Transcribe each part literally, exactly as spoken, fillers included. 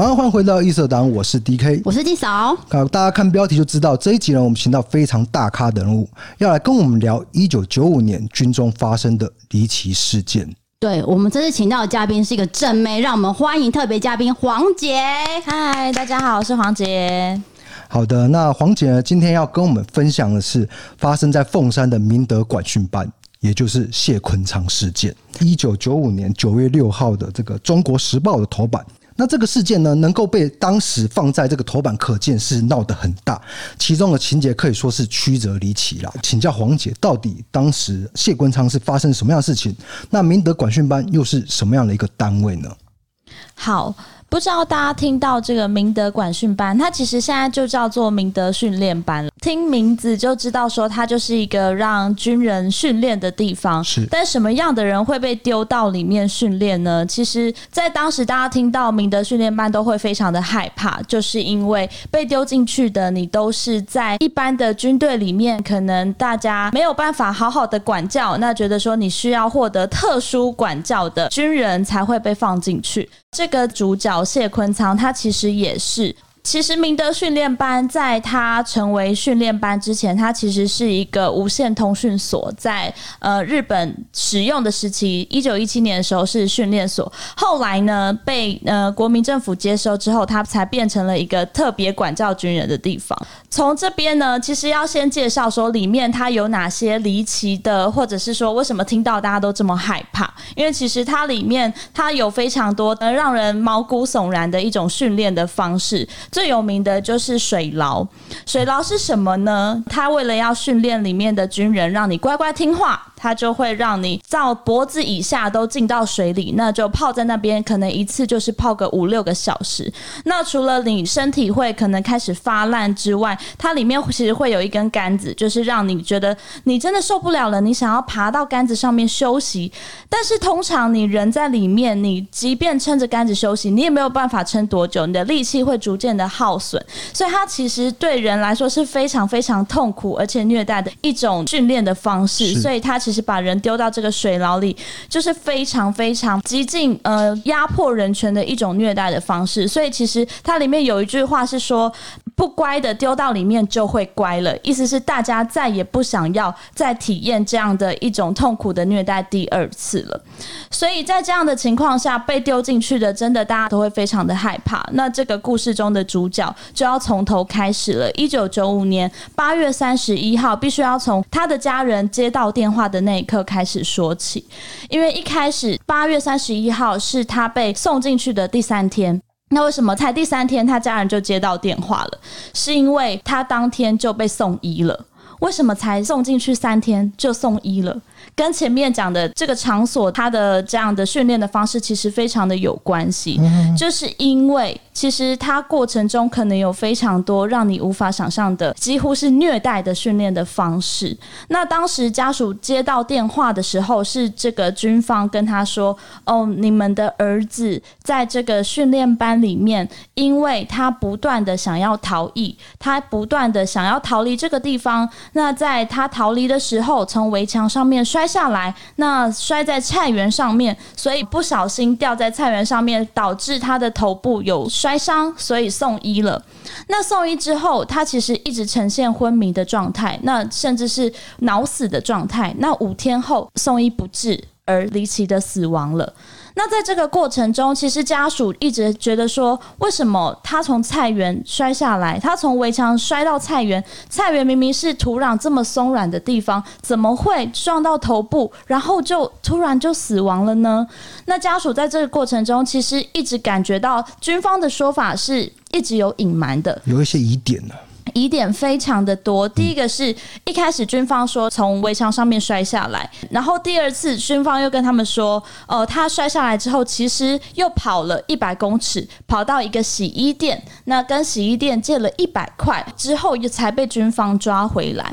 晚上欢迎回到异色党，我是 D K， 我是金嫂。 大家看标题就知道，这一集呢，我们请到非常大咖的人物，要来跟我们聊一九九五年军中发生的离奇事件。 对，我们这次请到的嘉宾是一个正妹，让我们欢迎特别嘉宾黄杰。 嗨，大家好，我是黄杰。 好的，那黄姐呢，今天要跟我们分享的是发生在凤山的明德管训班，也就是谢坤昌事件。一九九五年九月六号的这个《中国时报》的头版。那这个事件呢，能够被当时放在这个头版，可见是闹得很大，其中的情节可以说是曲折离奇啦。请教黄姐，到底当时谢坤昌是发生什么样的事情？那明德管训班又是什么样的一个单位呢？ 好，不知道大家听到这个明德管训班，它其实现在就叫做明德训练班了。听名字就知道说它就是一个让军人训练的地方。是，但什么样的人会被丢到里面训练呢？其实在当时大家听到明德训练班都会非常的害怕，就是因为被丢进去的你都是在一般的军队里面，可能大家没有办法好好的管教，那觉得说你需要获得特殊管教的军人才会被放进去。这个主角谢坤昌他其实也是，其实明德训练班在他成为训练班之前，他其实是一个无线通讯所，在呃日本使用的时期，一九一七年的时候是训练所，后来呢被呃国民政府接收之后，它才变成了一个特别管教军人的地方。从这边呢，其实要先介绍说里面它有哪些离奇的，或者是说为什么听到大家都这么害怕，因为其实它里面它有非常多的让人毛骨悚然的一种训练的方式。最有名的就是水牢。水牢是什么呢？他为了要训练里面的军人，让你乖乖听话，他就会让你到脖子以下都进到水里，那就泡在那边，可能一次就是泡个五六个小时。那除了你身体会可能开始发烂之外，它里面其实会有一根杆子，就是让你觉得你真的受不了了，你想要爬到杆子上面休息。但是通常你人在里面，你即便撑着杆子休息，你也没有办法撑多久，你的力气会逐渐的耗损，所以它其实对人来说是非常非常痛苦而且虐待的一种训练的方式。所以它其实把人丢到这个水牢里，就是非常非常激进呃压迫人权的一种虐待的方式。所以其实它里面有一句话是说，不乖的丢到里面就会乖了，意思是大家再也不想要再体验这样的一种痛苦的虐待第二次了。所以在这样的情况下，被丢进去的真的大家都会非常的害怕。那这个故事中的主角就要从头开始了。一九九五年八月三十一号，必须要从他的家人接到电话的那一刻开始说起。因为一开始八月三十一号是他被送进去的第三天。那为什么才第三天他家人就接到电话了？是因为他当天就被送医了。为什么才送进去三天就送医了？跟前面讲的这个场所它的这样的训练的方式其实非常的有关系。嗯，就是因为其实它过程中可能有非常多让你无法想象的几乎是虐待的训练的方式。那当时家属接到电话的时候，是这个军方跟他说，哦，你们的儿子在这个训练班里面，因为他不断的想要逃逸，他不断的想要逃离这个地方，那在他逃离的时候从围墙上面摔下来，那摔在菜园上面，所以不小心掉在菜园上面，导致他的头部有摔伤，所以送医了。那送医之后，他其实一直呈现昏迷的状态，那甚至是脑死的状态。那五天后送医不治，而离奇的死亡了。那在这个过程中，其实家属一直觉得说，为什么他从菜园摔下来，他从围墙摔到菜园，菜园明明是土壤这么松软的地方，怎么会撞到头部，然后就突然就死亡了呢？那家属在这个过程中，其实一直感觉到军方的说法是一直有隐瞒的， 有一些疑点呢、啊。 疑点非常的多。第一个是一开始军方说从围墙上面摔下来，然后第二次军方又跟他们说，呃，他摔下来之后其实又跑了一百公尺，跑到一个洗衣店，那跟洗衣店借了一百块之后，又才被军方抓回来。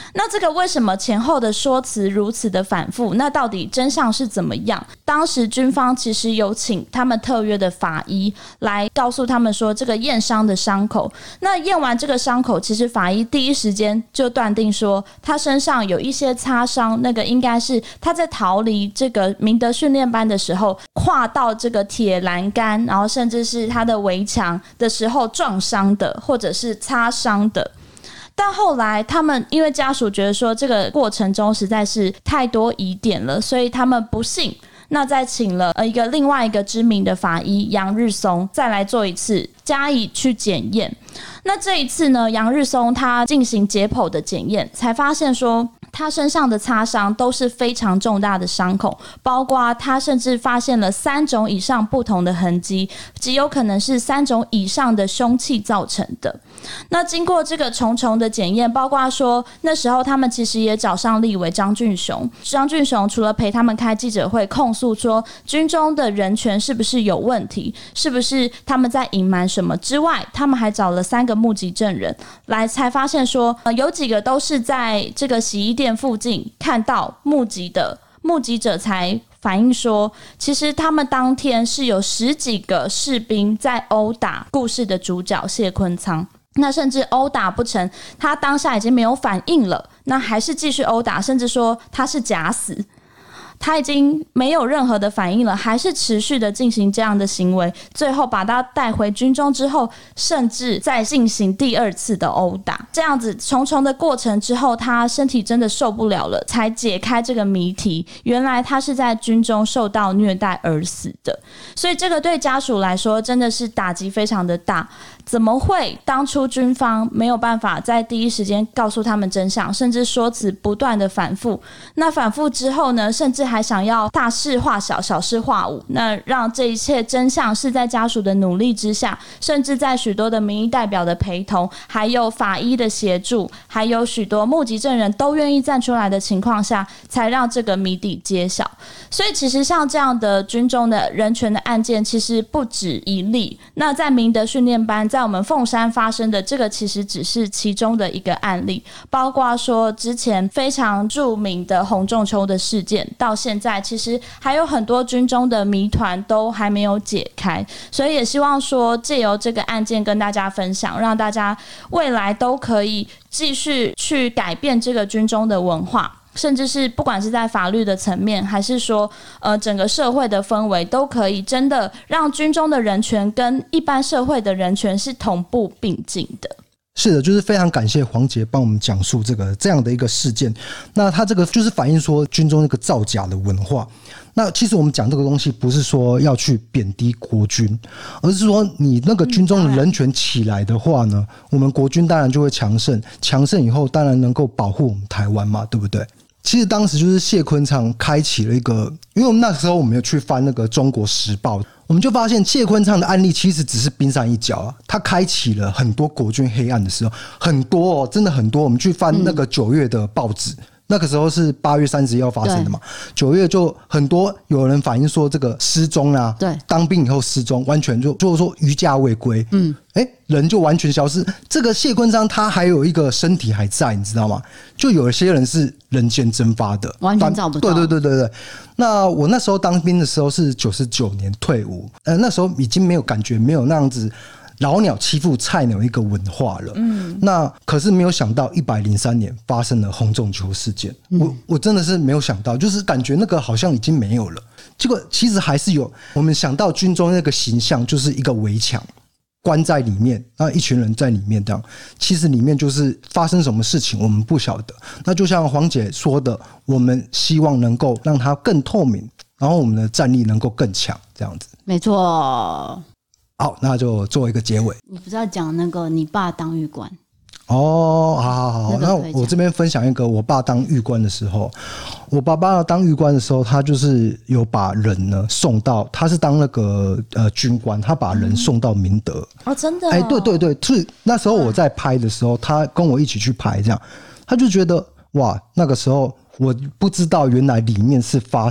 那这个为什么前后的说辞如此的反复？那到底真相是怎么样？当时军方其实有请他们特约的法医来告诉他们说，这个验伤的伤口，那验完这个伤口，其实法医第一时间就断定说，他身上有一些擦伤，那个应该是他在逃离这个明德训练班的时候，跨到这个铁栏杆，然后甚至是他的围墙的时候撞伤的，或者是擦伤的。但后来他们因为家属觉得说这个过程中实在是太多疑点了，所以他们不信，那再请了一个另外一个知名的法医杨日松再来做一次加以去检验。那这一次呢，杨日松他进行解剖的检验，才发现说他身上的擦伤都是非常重大的伤口，包括他甚至发现了三种以上不同的痕迹，极有可能是三种以上的凶器造成的。那经过这个重重的检验，包括说那时候他们其实也找上立委张俊雄，张俊雄除了陪他们开记者会控诉说军中的人权是不是有问题，是不是他们在隐瞒什么之外，他们还找了三个目击证人来，才发现说、呃、有几个都是在这个洗衣店附近看到目击的，目击者才反映说，其实他们当天是有十几个士兵在殴打故事的主角谢坤仓，那甚至殴打不成，他当下已经没有反应了，那还是继续殴打，甚至说他是假死，他已经没有任何的反应了，还是持续的进行这样的行为，最后把他带回军中之后，甚至再进行第二次的殴打，这样子重重的过程之后，他身体真的受不了了，才解开这个谜题，原来他是在军中受到虐待而死的。所以这个对家属来说真的是打击非常的大，怎么会当初军方没有办法在第一时间告诉他们真相，甚至说辞不断的反复，那反复之后呢，甚至还想要大事化小，小事化无，那让这一切真相是在家属的努力之下，甚至在许多的民意代表的陪同，还有法医的协助，还有许多目击证人都愿意站出来的情况下，才让这个谜底揭晓。所以其实像这样的军中的人权的案件其实不止一例，那在明德训练班在我们凤山发生的这个其实只是其中的一个案例，包括说之前非常著名的洪仲丘的事件，到现在其实还有很多军中的谜团都还没有解开，所以也希望说借由这个案件跟大家分享，让大家未来都可以继续去改变这个军中的文化，甚至是不管是在法律的层面，还是说呃整个社会的氛围，都可以真的让军中的人权跟一般社会的人权是同步并进的。 是的，就是非常感谢黄杰帮我们讲述这个这样的一个事件。那他这个就是反映说军中那个造假的文化。那其实我们讲这个东西不是说要去贬低国军，而是说你那个军中的人权起来的话呢，我们国军当然就会强盛，强盛以后当然能够保护我们台湾嘛，对不对？其实当时就是谢坤昌开启了一个，因为我们那时候我们有去翻那个中国时报，我们就发现谢坤昌的案例其实只是冰山一角啊，他开启了很多国军黑暗的时候，很多哦，真的很多。我们去翻那个九月的报纸，那个时候是八月三十一号发生的嘛，九月就很多有人反映说这个失踪啊，对，当兵以后失踪，完全就就是说余假未归，嗯，哎、欸，人就完全消失。这个谢坤昌他还有一个身体还在，你知道吗？就有一些人是人间蒸发的， 完全找不到。 对对对对对。那我那时候当兵的时候是九十九年退伍，呃，那时候已经没有感觉，没有那样子。老鸟欺负菜鸟一个文化了，嗯，那可是没有想到一百零三年发生了洪仲丘事件，嗯、我我真的是没有想到，就是感觉那个好像已经没有了，结果其实还是有。我们想到军中那个形象就是一个围墙，关在里面，那一群人在里面这样，其实里面就是发生什么事情我们不晓得。那就像黄姐说的，我们希望能够让它更透明，然后我们的战力能够更强，这样子。 没错。 好，那就做一个结尾。 你不是要讲那个你爸当狱官？ 哦，好好好，那我这边分享一个我爸当狱官的时候，我爸爸当狱官的时候，他就是有把人呢送到，他是当那个呃军官，他把人送到明德。 哦，真的、哦？ 哎、欸，对对对，是那时候我在拍的时候，他跟我一起去拍，这样他就觉得哇，那个时候我不知道原来里面是发生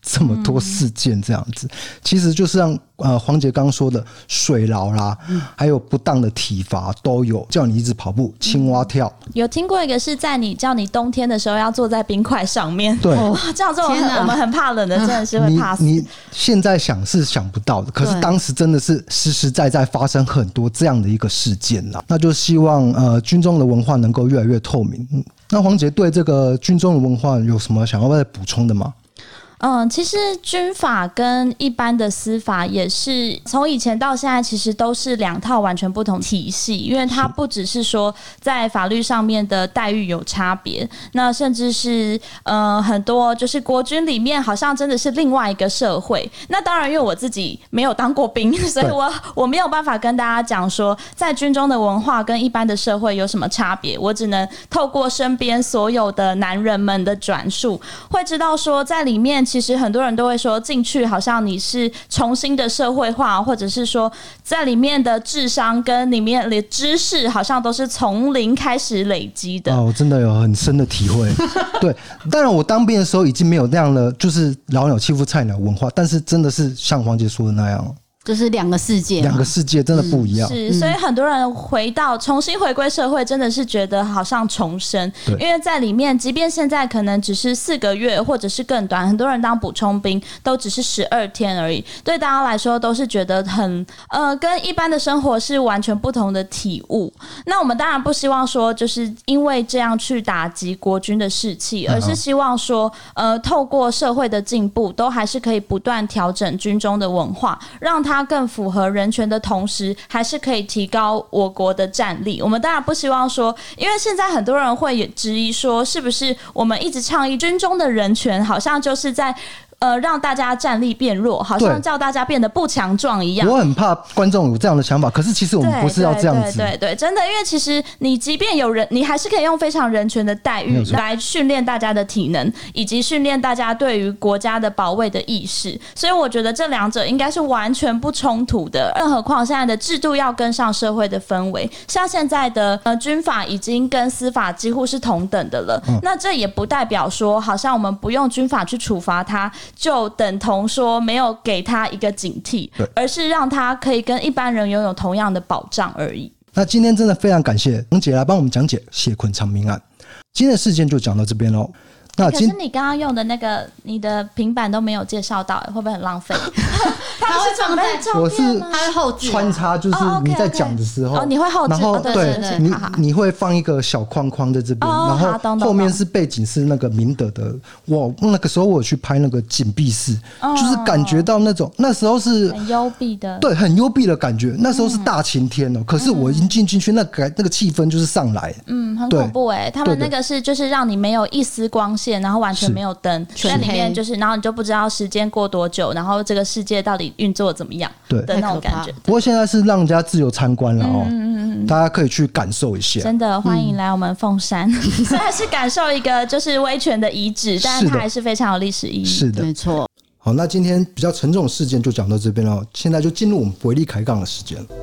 这么多事件这样子，嗯、其实就是像呃黄姐刚刚说的水牢啦、嗯，还有不当的体罚都有，叫你一直跑步、青蛙跳。 有听过一个是在你叫你冬天的时候要坐在冰块上面， 对， 哦、这样这种我们很怕冷的，真的是会怕死。 你你现在想是想不到的，可是当时真的是实实在在发生很多这样的一个事件啦。那就希望呃军中的文化能够越来越透明。嗯、那黄姐对这个军中的文化有什么想要再补充的吗？ 嗯，其实军法跟一般的司法也是从以前到现在，其实都是两套完全不同体系，因为它不只是说在法律上面的待遇有差别，那甚至是呃很多就是国军里面好像真的是另外一个社会。那当然，因为我自己没有当过兵，所以我我没有办法跟大家讲说在军中的文化跟一般的社会有什么差别，我只能透过身边所有的男人们的转述，会知道说在里面。其实很多人都会说进去好像你是重新的社会化，或者是说在里面的智商跟里面的知识好像都是从零开始累积的。 哦，我真的有很深的体会。对，当然我当兵的时候已经没有那样的就是老鸟欺负菜鸟文化，但是真的是像黄姐说的那样。 就是两个世界， 两个世界真的不一样。 嗯、是，所以很多人回到重新回归社会，真的是觉得好像重生，因为在里面，即便现在可能只是四个月或者是更短，很多人当补充兵都只是十二天而已，对大家来说都是觉得很呃，跟一般的生活是完全不同的体悟。那我们当然不希望说，就是因为这样去打击国军的士气，而是希望说，呃，透过社会的进步，都还是可以不断调整军中的文化，让它它更符合人权的同时，还是可以提高我国的战力。我们当然不希望说，因为现在很多人会质疑说，是不是我们一直倡议军中的人权，好像就是在呃，让大家战力变弱，好像叫大家变得不强壮一样。 我很怕观众有这样的想法，可是其实我们不是要这样子。 对对 对, 对, 对，真的，因为其实你即便有人，你还是可以用非常人权的待遇来训练大家的体能，以及训练大家对于国家的保卫的意识。所以我觉得这两者应该是完全不冲突的。更何况现在的制度要跟上社会的氛围，像现在的呃军法已经跟司法几乎是同等的了。嗯、那这也不代表说，好像我们不用军法去处罚他。就等同说没有给他一个警惕，而是让他可以跟一般人拥有同样的保障而已。 那今天真的非常感谢黄姐来帮我们讲解谢坤长命案，今天的事件就讲到这边咯。那可是你刚刚用的那个你的平板都没有介绍到，会不会很浪费？ 它会放在我是它会后置穿插，就是你在讲的时候， 哦，你会后置， 然后对对对， 你你会放一个小框框在这边，然后后面是背景是那个明德的。我那个时候我有去拍那个紧闭式，就是感觉到那种那时候是很幽闭的， 对，很幽闭的感觉。那时候是大晴天哦，可是我已经进进去，那个那个气氛就是上来， 嗯，很恐怖哎。他们那个是就是让你没有一丝光线，然后完全没有灯，在里面就是，然后你就不知道时间过多久，然后这个世界到底运作怎么样，对的那种感觉。 不过现在是让人家自由参观了哦，嗯嗯嗯，大家可以去感受一下。 真的欢迎来我们凤山，嗯、虽然是感受一个就是威权的遗址，但是它还是非常有历史意义。 是的， 没错。 好，那今天比较沉重的事件就讲到这边了，现在就进入我们维力开杠的时间了。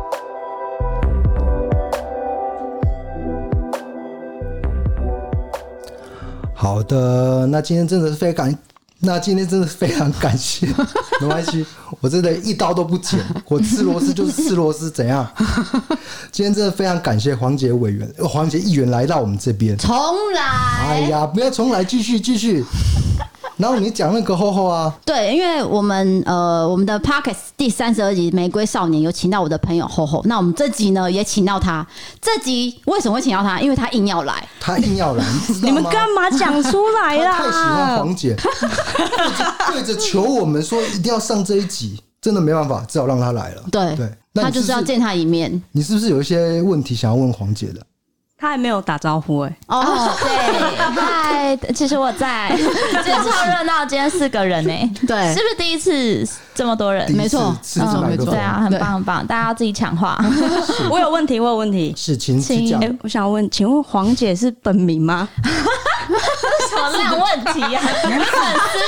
好的，那今天真的是非常感，那今天真的是非常感谢，没关系，我真的一刀都不剪，我吃螺丝就是吃螺丝，怎样？今天真的非常感谢黄杰委员、黄杰议员来到我们这边， 重来！ 哎呀，不要重来，继续继续。然后你讲那个厚厚啊， 对，因为我们呃我们的 Podcast 第三十二集《玫瑰少年》有请到我的朋友厚厚，那我们这集呢也请到他。这集为什么会请到他？因为他硬要来， 他硬要来，你知道吗？ 你们干嘛讲出来啦？ 他太喜欢黄姐，对着求我们说一定要上这一集，真的没办法，只好让他来了。 对对， 他就是要见他一面。 你是不是有一些问题想要问黄姐的？ 他还没有打招呼哎、欸！ 哦，对，嗨，其实我在，今天超热闹，今天四个人呢、欸， 对， 是不是第一次这么多人？ 没错， 嗯，没错，对啊，很棒很棒，大家要自己抢话。 我有问题，我有问题， 是请请讲、 欸。我想问，请问黄姐是本名吗？ 什么烂问题啊？你粉丝吗？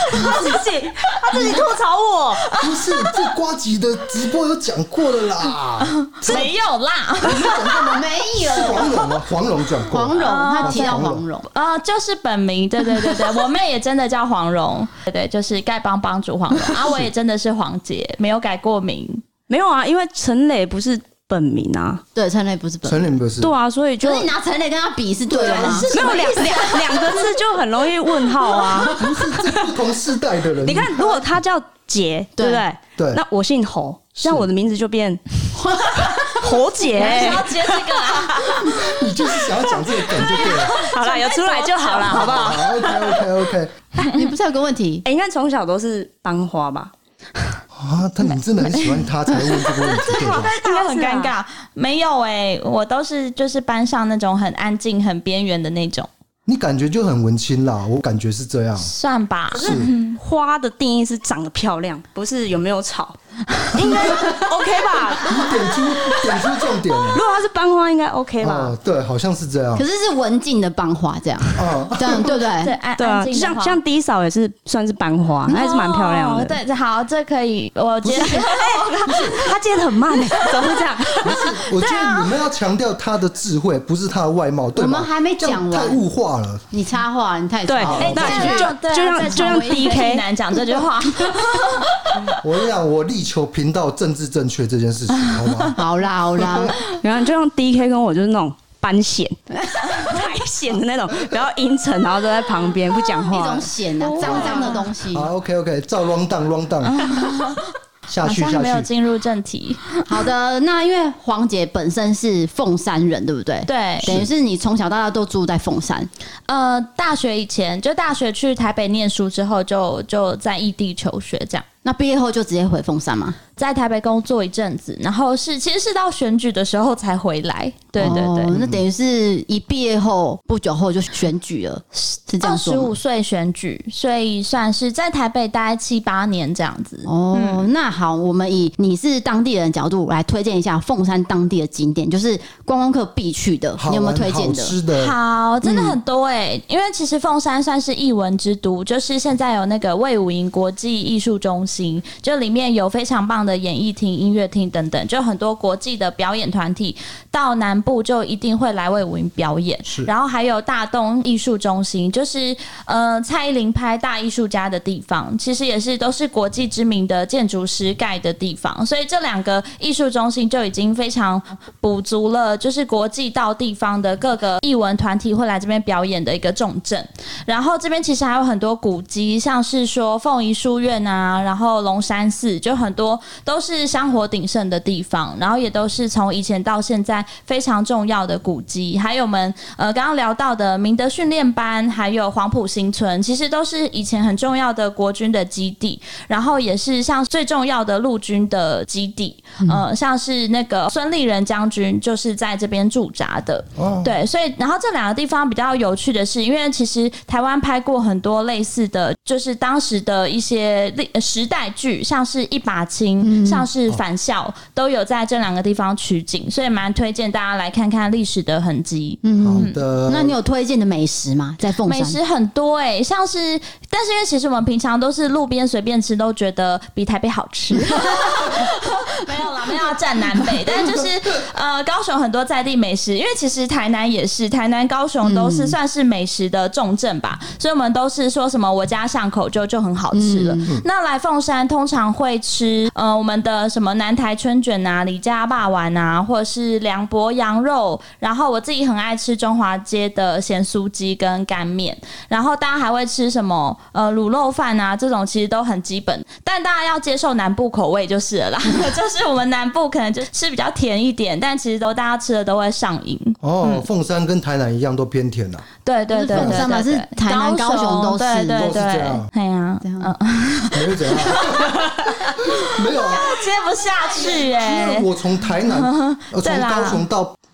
自己他自己吐槽我， 不是这呱吉的直播有讲过了啦， 没有啦， 没有黄蓉啊，黄蓉讲过， 黄蓉，他提到黄黄蓉， 呃，就是本名，对对对对，我妹也真的叫黄蓉，对对，就是丐帮帮主黄蓉啊，我也真的是黄杰，没有改过名。 没有啊，因为陈磊不是本名啊， 对，陈磊不是本名， 陈琳不是， 对啊，所以就可是你拿陈磊跟他比是对的吗？ 没有两两两个字就很容易问号啊。 不是这不同世代的人。 你看，如果他叫杰，对不对？ 对那我姓侯，这样我的名字就变侯杰。 想要接这个啊？ 你就是想要讲这个梗就对了。 好了，有出来就好了，好不好？ 好 ，OK OK OK。 你不是有个问题？ 哎，应该从小都是班花吧？ 啊，但你真的很喜欢他才问这个问题，对吧？ 应该很尴尬。没有哎、欸，我都是就是班上那种很安静、很边缘的那种， 你感觉就很文青啦，我感觉是这样。 算吧。 是花的定义是长得漂亮，不是有没有草，应该 OK 吧？ 你点出点出重点了。 如果它是班花，应该 OK 吧？ 哦，对，好像是这样可。是是文静的班花这样， 哦， 这样对不对， 对？ 安对啊， 安静的话像像低嫂也是算是班花，她还是蛮漂亮的。 哦对，这好，这可以，我觉得她接的很慢欸，怎么会这样？ 不是，我觉得你们要强调他的智慧，不是他的外貌，对吗？ 我们还没讲完这样太物化了。 你插话，你太对插话哎那这样就就让在就让场唯一 D K 最难讲这句话。 我跟你讲，我力求频道政治正确这件事情，好吗？ 好啦好啦， 然后就像 D K 跟我就是那种班显、太显的那种，比较阴沉，然后都在旁边不讲一话种。咸啊，脏脏的东西。 好，OK OK，照 round down round down，下好去下像没有去。 进入正题。 好的，那因为黄姐本身是凤山人，对不对？ 对， 等于是你从小到大都住在凤山。 呃，大学以前就大学去台北念书之后就，就在异地求学这样。 那毕业后就直接回凤山吗？ 在台北工作一阵子，然后是其实是到选举的时候才回来。对对对， 哦那等于是一毕业后不久后就选举了，是这样二说吗？ 十五岁选举，所以算是在台北待七八年这样子。 哦，那好，我们以你是当地人的角度来推荐一下凤山当地的景点，就是观光客必去的， 好你有没有推荐好的？ 吃的？ 好，真的很多哎、欸因为其实凤山算是艺文之都，就是现在有那个卫武营国际艺术中心，就里面有非常棒的演艺厅、音乐厅等等，就很多国际的表演团体到南部就一定会来卫武营表演。 是然后还有大东艺术中心，就是呃蔡依林拍大艺术家的地方，其实也是都是国际知名的建筑师盖的地方，所以这两个艺术中心就已经非常补足了，就是国际到地方的各个艺文团体会来这边表演的一个重镇。然后这边其实还有很多古迹，像是说凤仪书院啊，然后龙山寺，就很多都是香火鼎盛的地方，然后也都是从以前到现在非常重要的古迹。还有我们呃刚刚聊到的明德训练班，还有黄埔新村，其实都是以前很重要的国军的基地，然后也是像最重要的陆军的基地。呃，像是那个孙立人将军就是在这边驻扎的。 哦， 对，所以然后这两个地方比较有趣的是，因为其实台湾拍过很多类似的，就是当时的一些历时代剧，像是一把青、像是返校，都有在这两个地方取景，所以蛮推荐大家来看看历史的痕迹。 好的。 那你有推荐的美食吗？在凤山美食很多哎、欸，像是，但是因为其实我们平常都是路边随便吃，都觉得比台北好吃。没有啦，没有要占南北，但是就是呃，高雄很多在地美食，因为其实台南也是，台南、高雄都是算是美食的重镇吧，所以我们都是说什么我家巷口就就很好吃了。那来凤山通常会吃呃我们的什么南台春卷啊、李家霸丸啊，或者是梁博羊肉，然后我自己很爱吃中华街的咸酥鸡跟干面，然后大家还会吃什么呃卤肉饭啊，这种其实都很基本，但大家要接受南部口味就是了啦，就是我们南部可能就吃比较甜一点，但其实都大家吃的都会上瘾。 哦，凤山跟台南一样都偏甜啊。 对对对对凤山嘛对， 是台南高雄都是对对都是这对样， 对呀， 这样嗯， 没有怎样？没有啊， 接不下去哎、 因为我从台南，呃，从对啦高雄到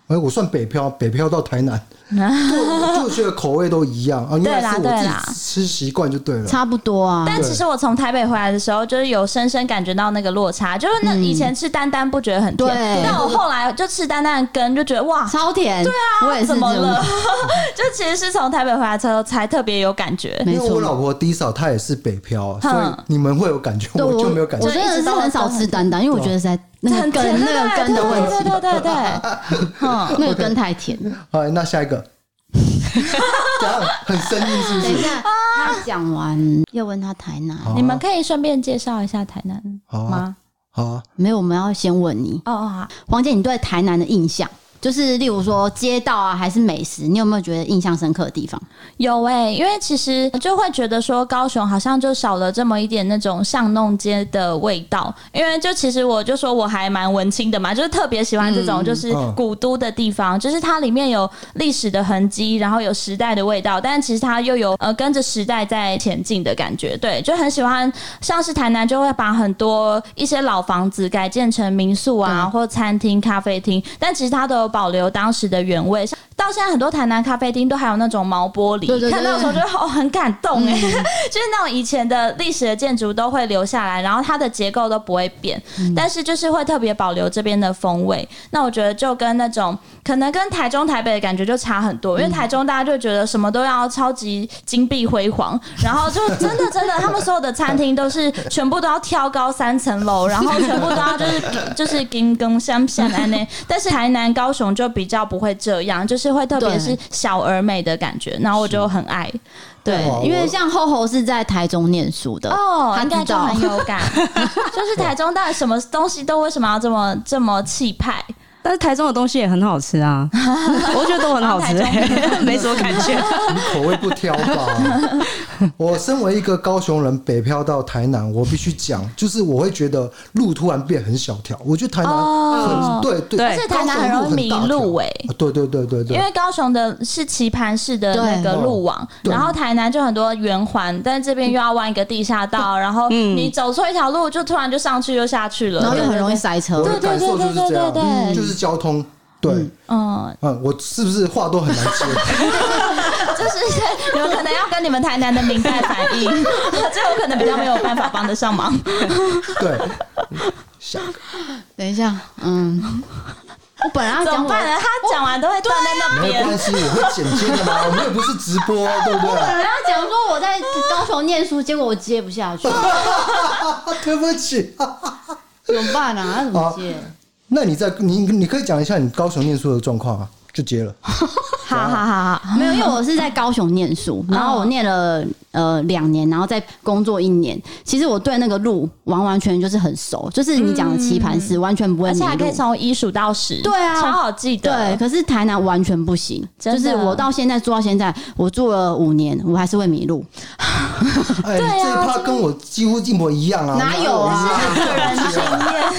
哎，我算北漂，北漂到台南，就就觉得口味都一样啊，应该是我自己吃习惯就对了， 差不多啊。 但其实我从台北回来的时候，就是有深深感觉到那个落差，就是那以前吃丹丹不觉得很甜， 对， 但我后来就吃丹丹的根就觉得哇， 超甜。 对啊， 我也是怎么了？就其实是从台北回来之后才特别有感觉。 因为我老婆 D 嫂她也是北漂，所以你们会有感觉，我就没有感觉。 我真的是很少吃丹丹，因为我觉得在那个根那个根的问题， 对对对对， 那个根太甜。 好，那下一个，这样很生硬是不是？ 等一下，他讲完又问他台南， 你们可以顺便介绍一下台南吗？ 好啊， 没有，我们要先问你哦哦， 黄姐，你对台南的印象？就是例如说街道啊，还是美食，你有没有觉得印象深刻的地方？ 有哎、欸，因为其实就会觉得说高雄好像就少了这么一点那种巷弄街的味道，因为就其实我就说我还蛮文青的嘛，就是特别喜欢这种就是古都的地方，嗯、就是它里面有历史的痕迹，然后有时代的味道，但其实它又有呃跟着时代在前进的感觉，对，就很喜欢。像是台南就会把很多一些老房子改建成民宿啊，或餐厅、咖啡厅，但其实它都有保留当时的原味。到现在很多台南咖啡厅都还有那种毛玻璃，对对对对，看到的时候就哦很感动哎、嗯，就是那种以前的历史的建筑都会留下来，然后它的结构都不会变，嗯、但是就是会特别保留这边的风味。那我觉得就跟那种可能跟台中台北的感觉就差很多，因为台中大家就觉得什么都要超级金碧辉煌，然后就真的真的他们所有的餐厅都是全部都要挑高三层楼，然后全部都要就是就是金光闪闪安内，但是台南高雄就比较不会这样，就是会特别是小而美的感觉，然后我就很爱。 对，因为像厚厚是在台中念书的哦，应该就很有感。就是台中到底什么东西都为什么要这么这么气派？ 但是台中的东西也很好吃啊，我觉得都很好吃、欸，没什么感觉。 你口味不挑吧？我身为一个高雄人，北漂到台南，我必须讲，就是我会觉得路突然变很小条。我觉得台南很、哦、对对， 而且台南很容易迷路哎、欸。 对对对对对， 因为高雄的是棋盘式的那个路网，然后台南就很多圆环，但是这边又要弯一个地下道，然后你走错一条路，就突然就上去又下去了， 然后又很容易塞车。 我的感受就是这样， 对对对对对， 就是交通。对，嗯嗯，我是不是话都很难接？ 就是你们可能要跟你们台南的民代反映，这我可能比较没有办法帮得上忙。 对，下个， 等一下，嗯，我本来要讲， 怎么办呢？他讲完都会断在那边， 没关系，我会剪接的嘛，我们又不是直播，对不对？ 我本来要讲说我在高雄念书，结果我接不下去， 对不起， 怎么办啊？要怎么接？ 那你在你你可以讲一下你高雄念书的状况啊，就接了。 好好好好，没有，因为我是在高雄念书，然后我念了呃两年，然后再工作一年。其实我对那个路完完全全就是很熟，就是你讲的棋盘式，完全不会迷路， 而且还可以从一数到十， 对啊， 超好记得。 对，可是台南完全不行，就是我到现在住到现在，我住了五年，我还是会迷路。 哎，这一趴跟我几乎一模一样啊， 哪有啊？ 个人经验。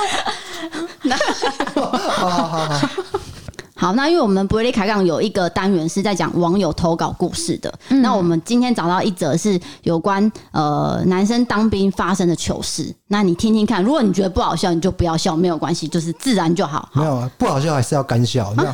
好好好好。 好，那因为我们不列开杠有一个单元是在讲网友投稿故事的，嗯、那我们今天找到一则是有关呃男生当兵发生的糗事，那你听听看，如果你觉得不好笑，你就不要笑，没有关系，就是自然就好。 没有啊，不好笑还是要干笑，这样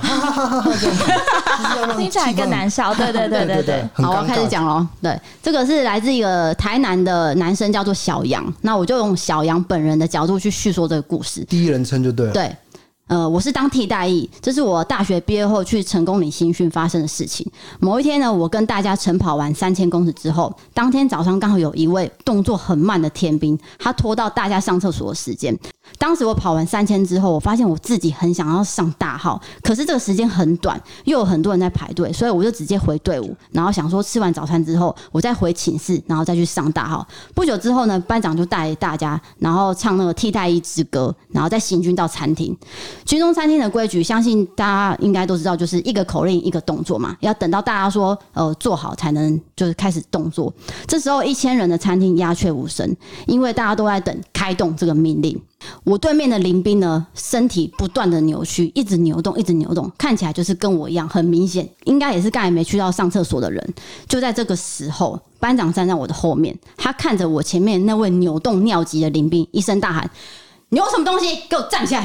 听起来更难笑。对对对对对， 好，我要开始讲咯。对，这个是来自一个台南的男生，叫做小杨，那我就用小杨本人的角度去叙说这个故事， 第一人称就对了。 对。呃，我是当替代役，这是我大学毕业后去成功岭新训发生的事情。某一天呢，我跟大家晨跑完三千公尺之后，当天早上刚好有一位动作很慢的天兵，他拖到大家上厕所的时间。当时我跑完三千之后，我发现我自己很想要上大号，可是这个时间很短，又有很多人在排队，所以我就直接回队伍，然后想说吃完早餐之后，我再回寝室，然后再去上大号。不久之后呢，班长就带大家，然后唱那个替代役之歌，然后再行军到餐厅。军中餐厅的规矩，相信大家应该都知道，就是一个口令一个动作嘛，要等到大家说呃做好才能就是开始动作。这时候一千人的餐厅鸦雀无声，因为大家都在等开动这个命令。我对面的林兵呢，身体不断的扭曲，一直扭动，一直扭动，看起来就是跟我一样，很明显，应该也是刚才没去到上厕所的人。就在这个时候，班长站在我的后面，他看着我前面那位扭动尿急的林兵，一声大喊：“你有什么东西？给我站起来！”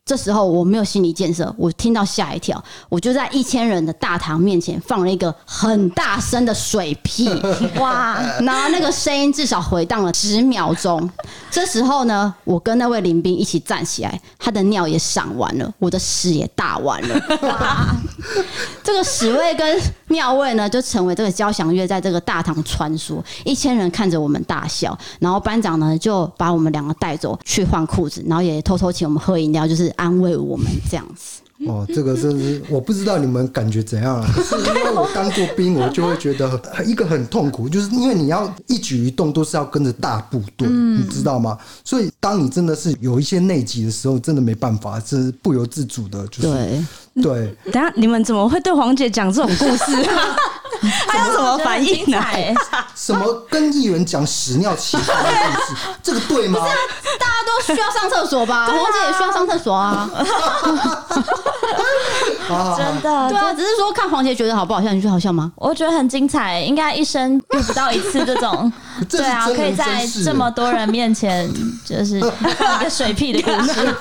这时候我没有心理建设，我听到吓一跳，我就在一千人的大堂面前放了一个很大声的水屁，哇！然后那个声音至少回荡了十秒钟。这时候呢，我跟那位林兵一起站起来，他的尿也上完了，我的屎也大完了。哇！这个屎味跟尿味呢，就成为这个交响乐在这个大堂穿梭。一千人看着我们大笑，然后班长呢就把我们两个带走去换裤子，然后也偷偷请我们喝饮料，就是安慰我们这样子。 哦，这个真是我不知道你们感觉怎样啊？可是因为我当过兵，我就会觉得一个很痛苦，就是因为你要一举一动都是要跟着大部队，嗯、你知道吗？所以当你真的是有一些内急的时候，真的没办法，是不由自主的，就是对。 对， 等一下你们怎么会对黄姐讲这种故事？她有什么反应呢、啊？ 什么跟议员讲屎尿奇葩的故事？这个对吗？ 不是啊，大家都需要上厕所吧？黄姐也需要上厕所啊。 真的， 对啊，只是说看黄姐觉得好不好笑，你觉得好笑吗？ 我觉得很精彩，应该一生遇不到一次这种。对啊，可以在这么多人面前，就是放一个水屁的故事。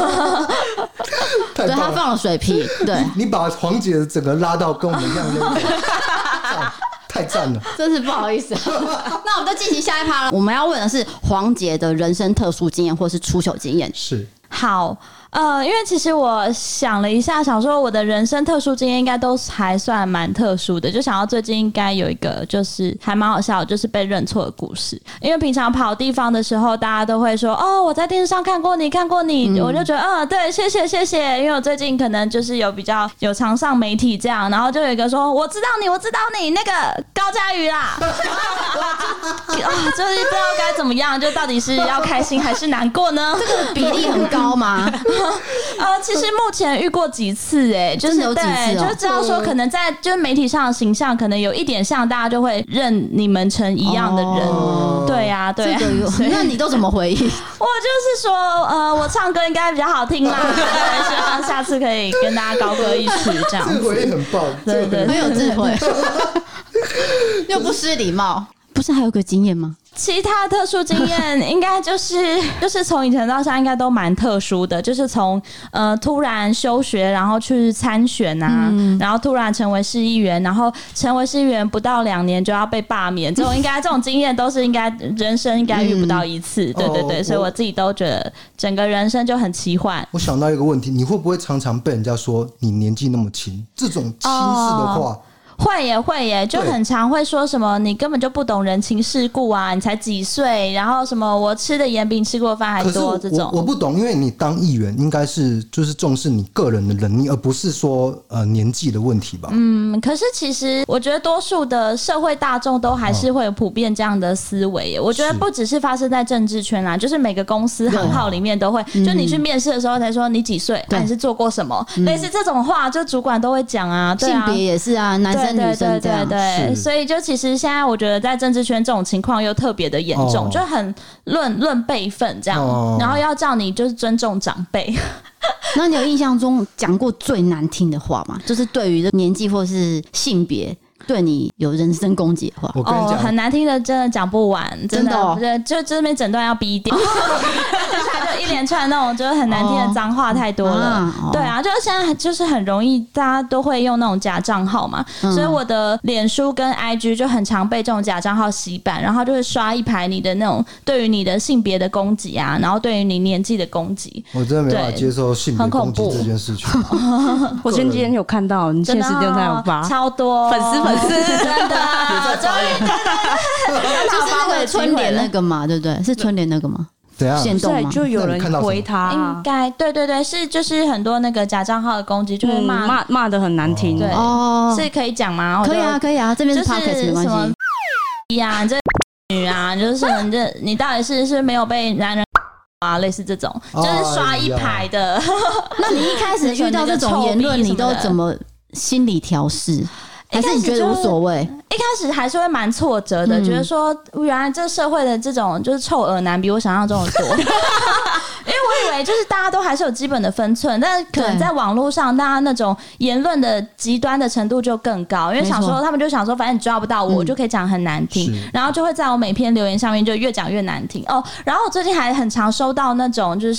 对，他放了水屁，对你，你把黄姐的整个拉到跟我们一样的，太赞了， 真是不好意思、啊。那我们就进行下一趴了。我们要问的是黄姐的人生特殊经验或是出糗经验。 是好。呃，因为其实我想了一下，想说我的人生特殊经验应该都还算蛮特殊的，就想到最近应该有一个就是还蛮好笑的，就是被认错的故事。因为平常跑地方的时候，大家都会说哦，我在电视上看过你，看过你，嗯、我就觉得嗯，对，谢谢谢谢。因为我最近可能就是有比较有常上媒体这样，然后就有一个说我知道你，我知道你那个高嘉瑜啦，我就、哦、就是不知道该怎么样，就到底是要开心还是难过呢？ 这个比例很高吗？ 呃，其实目前遇过几次、欸，哎，就是有几次、哦、 对，就知道说可能在就是媒体上的形象可能有一点像，大家就会认你们成一样的人。哦、对呀、啊，对呀、啊。 那你都怎么回应？我就是说，呃，我唱歌应该比较好听啦，希望下次可以跟大家高歌一曲这样子。 这回应很棒， 对对， 很有智慧，又不失礼貌。不是还有个经验吗？ 其他特殊经验应该就是就是从以前到现在应该都蛮特殊的，就是从呃突然休学，然后去参选啊、嗯，然后突然成为市议员，然后成为市议员不到两年就要被罢免，这种应该这种经验都是应该人生应该遇不到一次，嗯、对对对，所以我自己都觉得整个人生就很奇幻。 我想到一个问题，你会不会常常被人家说你年纪那么轻？这种轻视的话。哦会耶会耶，就很常会说什么你根本就不懂人情世故啊，你才几岁，然后什么我吃的盐比你吃过饭还多这种。 我, 我不懂，因为你当议员应该是就是重视你个人的能力，而不是说呃年纪的问题吧。 嗯，可是其实我觉得多数的社会大众都还是会有普遍这样的思维耶。我觉得不只是发生在政治圈啦，就是每个公司行号里面都会，就你去面试的时候才说你几岁，那、啊、你是做过什么，嗯、类似这种话，就主管都会讲啊。对啊， 性别也是啊，男生。 对对对对，所以就其实现在我觉得在政治圈这种情况又特别的严重，哦、就很论论辈分这样、哦，然后要叫你就是尊重长辈。 那你有印象中讲过最难听的话吗？就是对于年纪或是性别。对你有人身攻击的话， 我跟你讲、 哦，很难听的，真的讲不完，真的， 真的哦、 就这边整段要逼掉，就一连串那种就是很难听的脏话太多了，哦、对啊，就是现在就是很容易，大家都会用那种假账号嘛、嗯，所以我的脸书跟 I G 就很常被这种假账号洗版，然后就会刷一排你的那种对于你的性别的攻击啊，然后对于你年纪的攻击， 我真的没办法接受性别攻击这件事情。 我前几天有看到你现实动态有发， 超多粉丝粉。 真的，终于对对对， 就是那个春联那个嘛，对不对？是春联那个吗？ 怎样？ 限动吗？ 就有人回他、啊， 应该对对对，是就是很多那个假账号的攻击，就会骂骂骂的很难听， 对哦，是可以讲吗？ 可以啊，可以啊，这边是 podcast 没关系。 呀、啊，你这女啊，就是你这你到底是是没有被男人啊，类似这种，就是刷一排的。哎、 那你一开始遇到这种言论，你都怎么心理调试？还是你觉得无所谓？ 一开始还是会蛮挫折的、嗯，觉得说原来这社会的这种就是臭耳男比我想象中的多。因为我以为就是大家都还是有基本的分寸，但可能在网络上大家那种言论的极端的程度就更高，因为想说他们就想说反正你抓不到我，我就可以讲很难听、嗯，然后就会在我每篇留言上面就越讲越难听哦。然后我最近还很常收到那种就是什么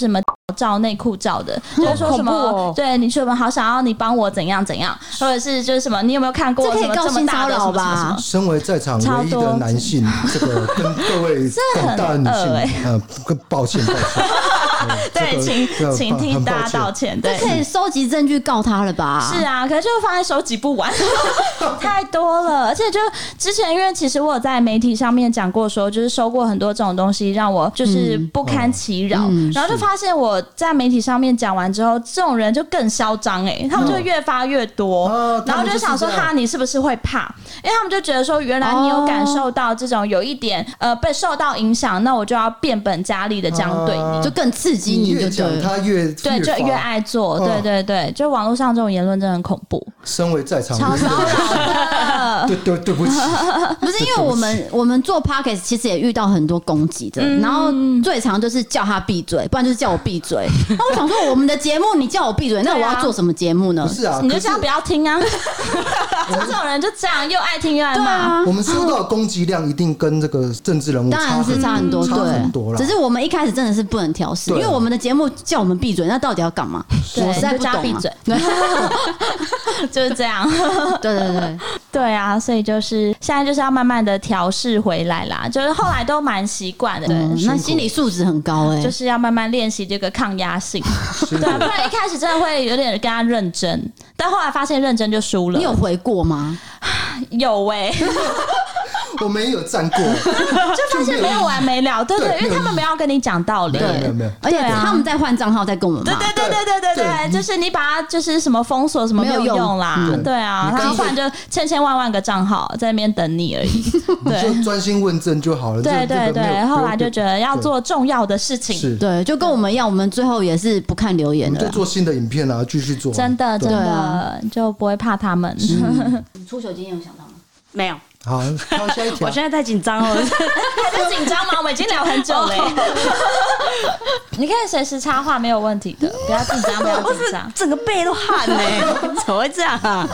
照内裤照的，就是说什么、 哦、 对你说我们好想要你帮我怎样怎样，或者是就是什么你有没有看过什么这么大的什么什么什么？ 身为在场唯一的男性，这个跟各位广大的女性，欸、呃，抱歉抱歉。 对，请、这个、请替大家道歉。对， 这可以收集证据告他了吧？ 是啊，可是就发现收集不完，太多了。而且就之前，因为其实我有在媒体上面讲过说，就是收过很多这种东西，让我就是不堪其扰。嗯嗯、然后就发现我在媒体上面讲完之后，这种人就更嚣张哎，他们就越发越多。嗯、然后就想说，哈，你是不是会怕？因为他们就觉得说，原来你有感受到这种有一点呃被受到影响，那我就要变本加厉的这样对你， 就更刺激你， 越讲他越对，就越爱做，对对对，就网络上这种言论真的很恐怖。 身为在场超骚扰的， 对对对不起， 不是因为我们我们做 podcast 其实也遇到很多攻击的，嗯、然后最常就是叫他闭嘴，不然就是叫我闭嘴。那我想说，我们的节目你叫我闭嘴，那我要做什么节目呢？ 不是啊， 你就这样不要听啊。就这种人就这样，又爱听又爱骂。 啊、 我们收到的攻击量一定跟这个政治人物当然是差很多， 差很多啦。 只是我们一开始真的是不能调试，因为我们的节目叫我们闭嘴，那到底要干嘛？我实在不懂、啊。闭嘴， 就是这样。 对对对对啊，所以就是现在就是要慢慢的调试回来啦。就是后来都蛮习惯的，对、 嗯，那心理素质很高哎、欸， 就是要慢慢练习这个抗压性。对、啊，不然一开始真的会有点跟他认真，但后来发现认真就输了。 你有回过吗？ 有哎、欸。 我没有站过， 就发现没有完没了，对 对, 对，因为他们没有跟你讲道理， 没有没有没有， 而且他们在换账号在跟我们骂， 对对对对对对对，就是你把它就是什么封锁什么没有用啦，嗯、对啊，他们换就千千万万个账号在那边等你而已，对， 你就专心问政就好了， 对对对，后来就觉得要做重要的事情， 对，就跟我们一样，我们最后也是不看留言的， 就做新的影片啊，继续做， 真的真的就不会怕他们。 你出糗经验有想到吗？ 没有。 好，跳下一条。 我现在太紧张了， 还在紧张吗？我们已经聊很久了。你可以随时插话，没有问题的，不要紧张，不要紧张。 整个背都汗呢，怎么会这样啊？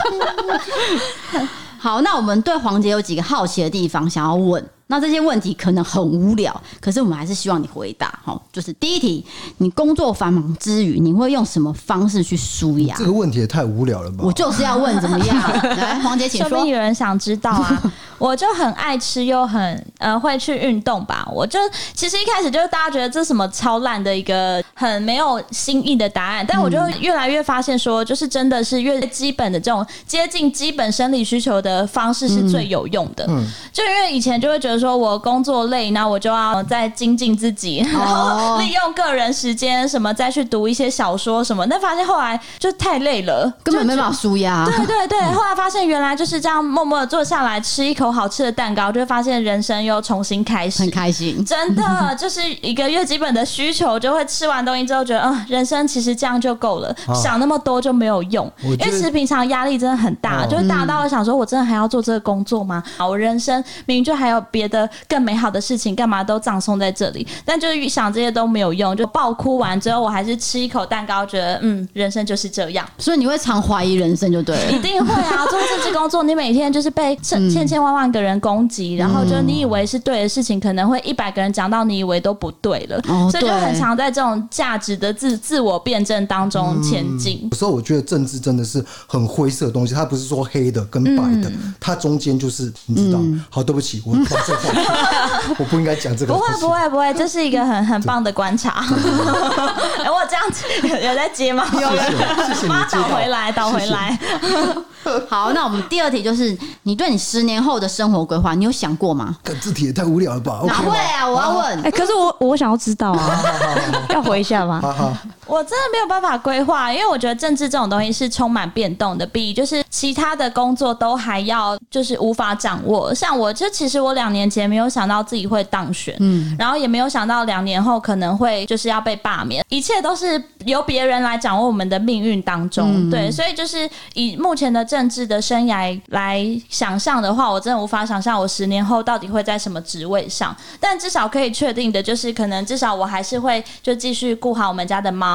好，那我们对黄杰有几个好奇的地方想要问。那这些问题可能很无聊，可是我们还是希望你回答。就是第一题，你工作繁忙之余，你会用什么方式去舒压？ 这个问题也太无聊了吧！ 我就是要问怎么样？来，黄杰请说。 说不定有人想知道啊。我就很爱吃，又很呃会去运动吧。我就其实一开始就是大家觉得这是什么超烂的一个很没有新意的答案，但我就越来越发现说，就是真的是越基本的这种接近基本生理需求的方式是最有用的。嗯，就因为以前就会觉得说我工作累，那我就要再精进自己，然后利用个人时间什么再去读一些小说什么，但发现后来就太累了， 根本没办法舒压。 对对对，后来发现原来就是这样默默的坐下来吃一口好吃的蛋糕，就会发现人生又重新开始， 很开心。 真的就是一个越基本的需求，就会吃完东西之后觉得，嗯、呃，人生其实这样就够了，啊、想那么多就没有用。因为其实平常压力真的很大，就会大到了想说，我真的还要做这个工作吗？我人生明明就还有别的更美好的事情，干嘛都葬送在这里？但就是想这些都没有用，就爆哭完之后，我还是吃一口蛋糕，觉得嗯，人生就是这样。 所以你会常怀疑人生就对了， 一定会啊！做政治工作，你每天就是被千千万万个人攻击，嗯、然后就你以为是对的事情，可能会一百个人讲到你以为都不对了，哦、所以就很常在这种价值的自自我辩证当中前进。 有时候我觉得政治真的是很灰色的东西，它不是说黑的跟白的，嗯、它中间就是你知道。嗯、好，对不起，我往这话题，我不应该讲这个。 不会不会不会，这是一个很很棒的观察。哎，我这样子有在接吗？ 有，谢谢你接到。 倒回来，倒回来。 好，那我们第二题就是，你对你十年后的生活规划，你有想过吗？ 这题也太无聊了吧？ 哪会啊！我要问。 哎、欸，可是我我想要知道啊，要回一下吗？ 好好我真的没有办法规划，因为我觉得政治这种东西是充满变动的，比就是其他的工作都还要就是无法掌握。像我就其实我两年前没有想到自己会当选，嗯，然后也没有想到两年后可能会就是要被罢免，一切都是由别人来掌握我们的命运当中。嗯、对，所以就是以目前的政治的生涯来想象的话，我真的无法想象我十年后到底会在什么职位上。但至少可以确定的就是，可能至少我还是会就继续顾好我们家的猫。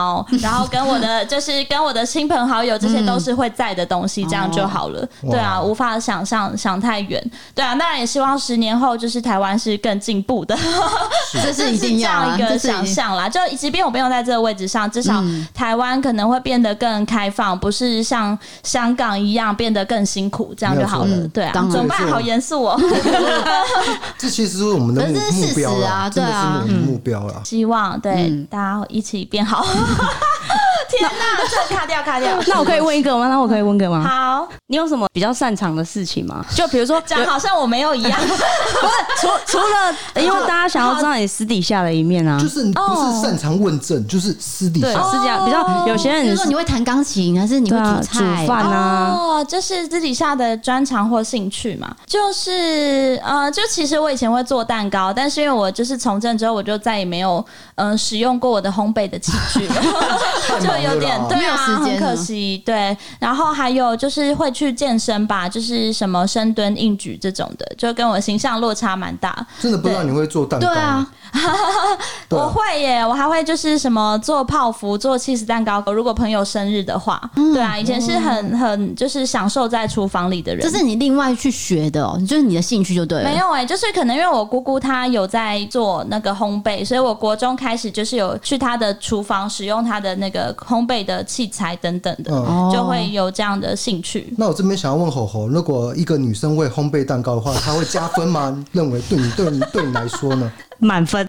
猫，然后跟我的就是跟我的亲朋好友，这些都是会在的东西，这样就好了。 哦、 对啊，无法想象想太远。对啊，当然也希望十年后就是台湾是更进步的， 这是一定要、啊、 这样一个想象啦。就即便我不用在这个位置上，至少台湾可能会变得更开放，不是像香港一样变得更辛苦，这样就好了。嗯、对啊，怎么办？好严肃哦。 这其实是我们的 目, 这是事实啊， 真的是我们的目标啦。 希望对、嗯、大家一起变好。天哪，这卡掉卡掉。 那我可以问一个吗？那我可以问个吗？ 好， 你有什么比较擅长的事情吗？就比如说讲好像我没有一样。不是， 除除了因为大家想要知道你私底下的一面啊， 就是不是擅长问政，就是私底下。 对，私底下比较有些人， 比如说你会弹钢琴，还是你会煮菜、 煮饭啊？ 哦，就是私底下的专长或兴趣嘛。就是呃，就其实我以前会做蛋糕，但是因为我就是从政之后，我就再也没有嗯、呃、使用过我的烘焙的器具。就有点对啊，很可惜。对，然后还有就是会去健身吧，就是什么深蹲、硬举这种的，就跟我形象落差蛮大。 真的不知道你会做蛋糕？ 对啊， 我会耶，我还会就是什么做泡芙、做起司蛋糕。如果朋友生日的话，嗯、对啊，以前是很很就是享受在厨房里的人。 这是你另外去学的哦，就是你的兴趣就对了。 没有哎，就是可能因为我姑姑她有在做那个烘焙，所以我国中开始就是有去她的厨房使用她的那个烘焙的器材等等的，嗯、就会有这样的兴趣。 那我这边想要问吼吼，如果一个女生会烘焙蛋糕的话，她会加分吗？认为对你对你对你来说呢？ 满分。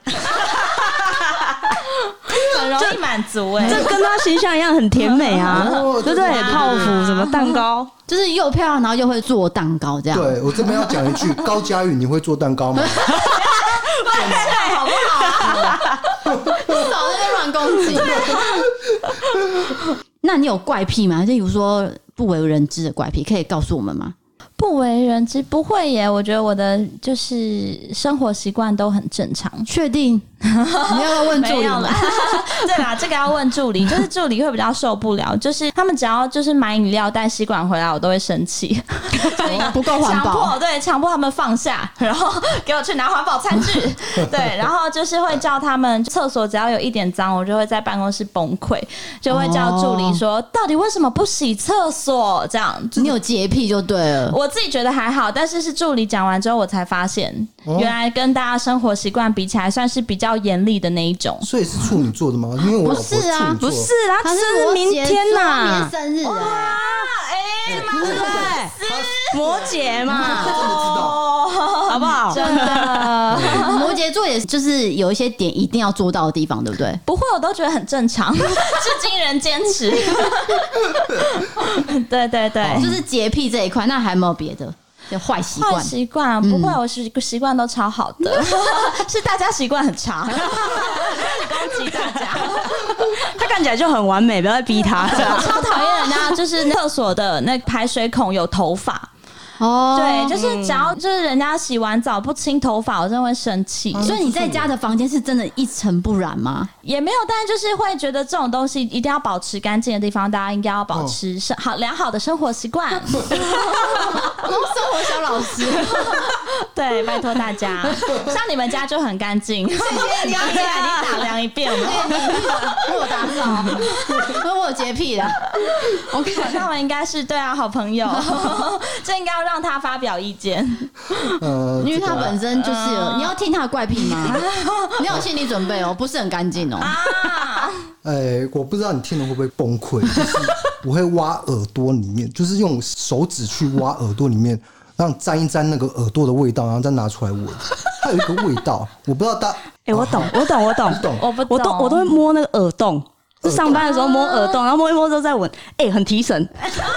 很容易满足哎、欸， 这跟她形象一样很甜美啊，哦、对不对？泡芙什么蛋糕， 就是又漂亮，然后又会做蛋糕这样。 对，我这边要讲一句，高嘉瑜，你会做蛋糕吗？ 对，好不好啊？ 少在那边乱攻击。那你有怪癖吗？就比如说不为人知的怪癖，可以告诉我们吗？ 不为人知不会耶，我觉得我的就是生活习惯都很正常。 确定？你要问助理吗？ 对啦，这个要问助理，就是助理会比较受不了，就是他们只要就是买饮料带吸管回来，我都会生气， 不够环保， 强迫对强迫他们放下，然后给我去拿环保餐具，对，然后就是会叫他们厕所只要有一点脏，我就会在办公室崩溃，就会叫助理说，哦、到底为什么不洗厕所？这样， 你有洁癖就对了。 我自己觉得还好，但是是助理讲完之后，我才发现，哦、原来跟大家生活习惯比起来，算是比较严厉的那一种。 所以是处女座的吗？因为我老婆不是啊， 不是啊，他是明天呐， 生日哇， 哎，对不对？ 摩羯嘛， 真的知道， 好不好？ 真的， 摩羯座也就是有一些点一定要做到的地方，对不对？ 不会，我都觉得很正常，至今仍坚持。对对对， 就是洁癖这一块，那还有没有别的？就坏习惯， 坏习惯不会，我习习惯都超好的，是大家习惯很差，攻击大家。 他看起来就很完美，不要再逼他。 超讨厌人家就是厕所的那排水孔有头发。哦，对，就是只要就是人家洗完澡不清头发，我真的会生气。 所以你在家的房间是真的一尘不染吗？ 也没有，但就是会觉得这种东西一定要保持干净的地方，大家应该要保持生好良好的生活习惯。生活小老师， 对，拜托大家，像你们家就很干净。谢谢你，要进来你打量一遍了， 我打扫，因为我有洁癖的。 OK， 他们应该是对啊，好朋友，这应该要让他发表意见。 呃， 因为他本身就是有，呃、你要听他的怪癖吗？你有心理准备哦，不是很干净哦。 啊， 哎、欸，我不知道你听了会不会崩溃，就是我会挖耳朵里面，就是用手指去挖耳朵里面，让沾一沾那个耳朵的味道，然后再拿出来闻。它有一个味道，我不知道大。哎、 欸，我懂，我懂，我懂， 懂， 我不懂， 我都我都会摸那个耳洞，就上班的时候摸耳洞，然后摸一摸之后再闻，哎、欸，很提神。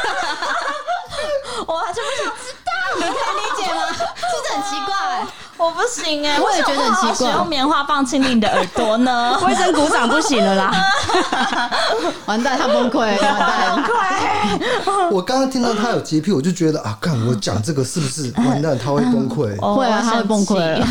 我还是不想知道， 你可以理解吗？是不是很奇怪、欸？ 我不行哎、欸， 我也觉得很奇怪。 使用棉花棒清理你的耳朵呢？ 卫生股长不行了啦！ 完蛋，他崩溃，完蛋， 崩溃。 我刚刚听到他有洁癖，我就觉得啊，干我讲这个是不是完蛋？他会崩溃、 嗯？会啊，他会崩溃了。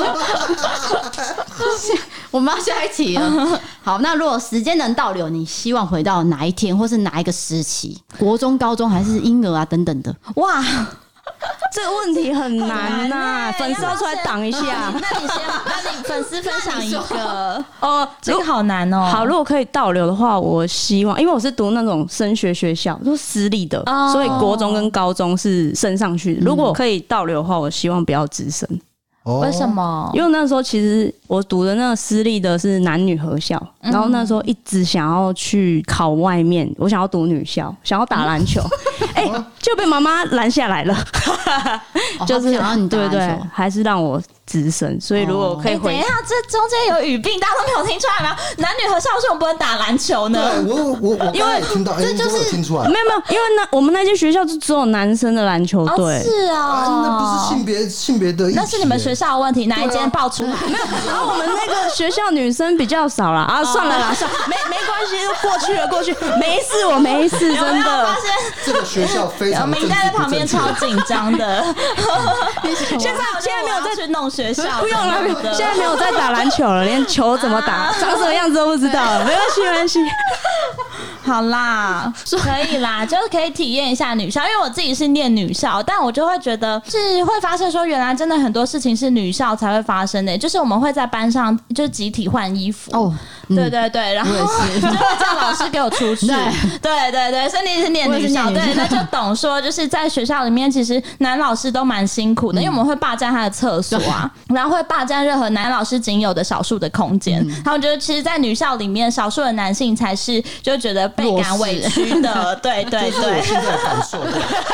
我们要下一题了。好，那如果时间能倒流，你希望回到哪一天，或是哪一个时期？国中、高中，还是婴儿啊等等的？ 哇！ 这个问题很难呐、 欸， 粉丝要出来挡一下。 那你先，那你粉丝分享一个哦， 这个好难哦。 好，如果可以倒流的话，我希望，因为我是读那种升学学校，都私立的， 哦所以国中跟高中是升上去的。如果可以倒流的话，我希望不要直升。 哦为什么？ 因为那时候其实我读的那个私立的是男女合校， 嗯然后那时候一直想要去考外面，我想要读女校，想要打篮球，哎、欸，就被妈妈拦下来了。 哦就是他不想让你打对对篮球， 还是让我直升。所以如果可以哎、 回， 等一下，这中间有语病，大家都没有听出来吗？男女合校为什么不能打篮球呢？ 对我我我刚才也听到，哎，这就是听出来， 没有没有，因为那我们那间学校就只有男生的篮球队、 哦，是啊， 哦， 那不是性别性别的议题， 那是你们学校的问题，哪一间爆出来？ 没有，然后我们那个学校女生比较少啦。啊，算了啦，算了，没没关系，都过去了，过去，没事，我没事，真有没有的发。现这个学校非常明代在旁边超紧张的？ 现在我现在没有在去弄学校， 不用了，现在没有在打篮球了，连球怎么打、长什么样子都不知道了。没关系，没关系。 好啦，可以啦，就是可以体验一下女校，因为我自己是念女校，但我就会觉得是会发现说，原来真的很多事情是女校才会发生的，就是我们会在班上就集体换衣服哦，嗯对对对，然后我也是就会叫老师给我出去，对对对，所以你是念女校， 我也是念女校对，那就懂说就是在学校里面，其实男老师都蛮辛苦的，因为我们会霸占他的厕所啊，然后会霸占任何男老师仅有的少数的空间，他们觉得其实，在女校里面，少数的男性才是就觉得倍感委屈的，对对这是我对， 现在的感受。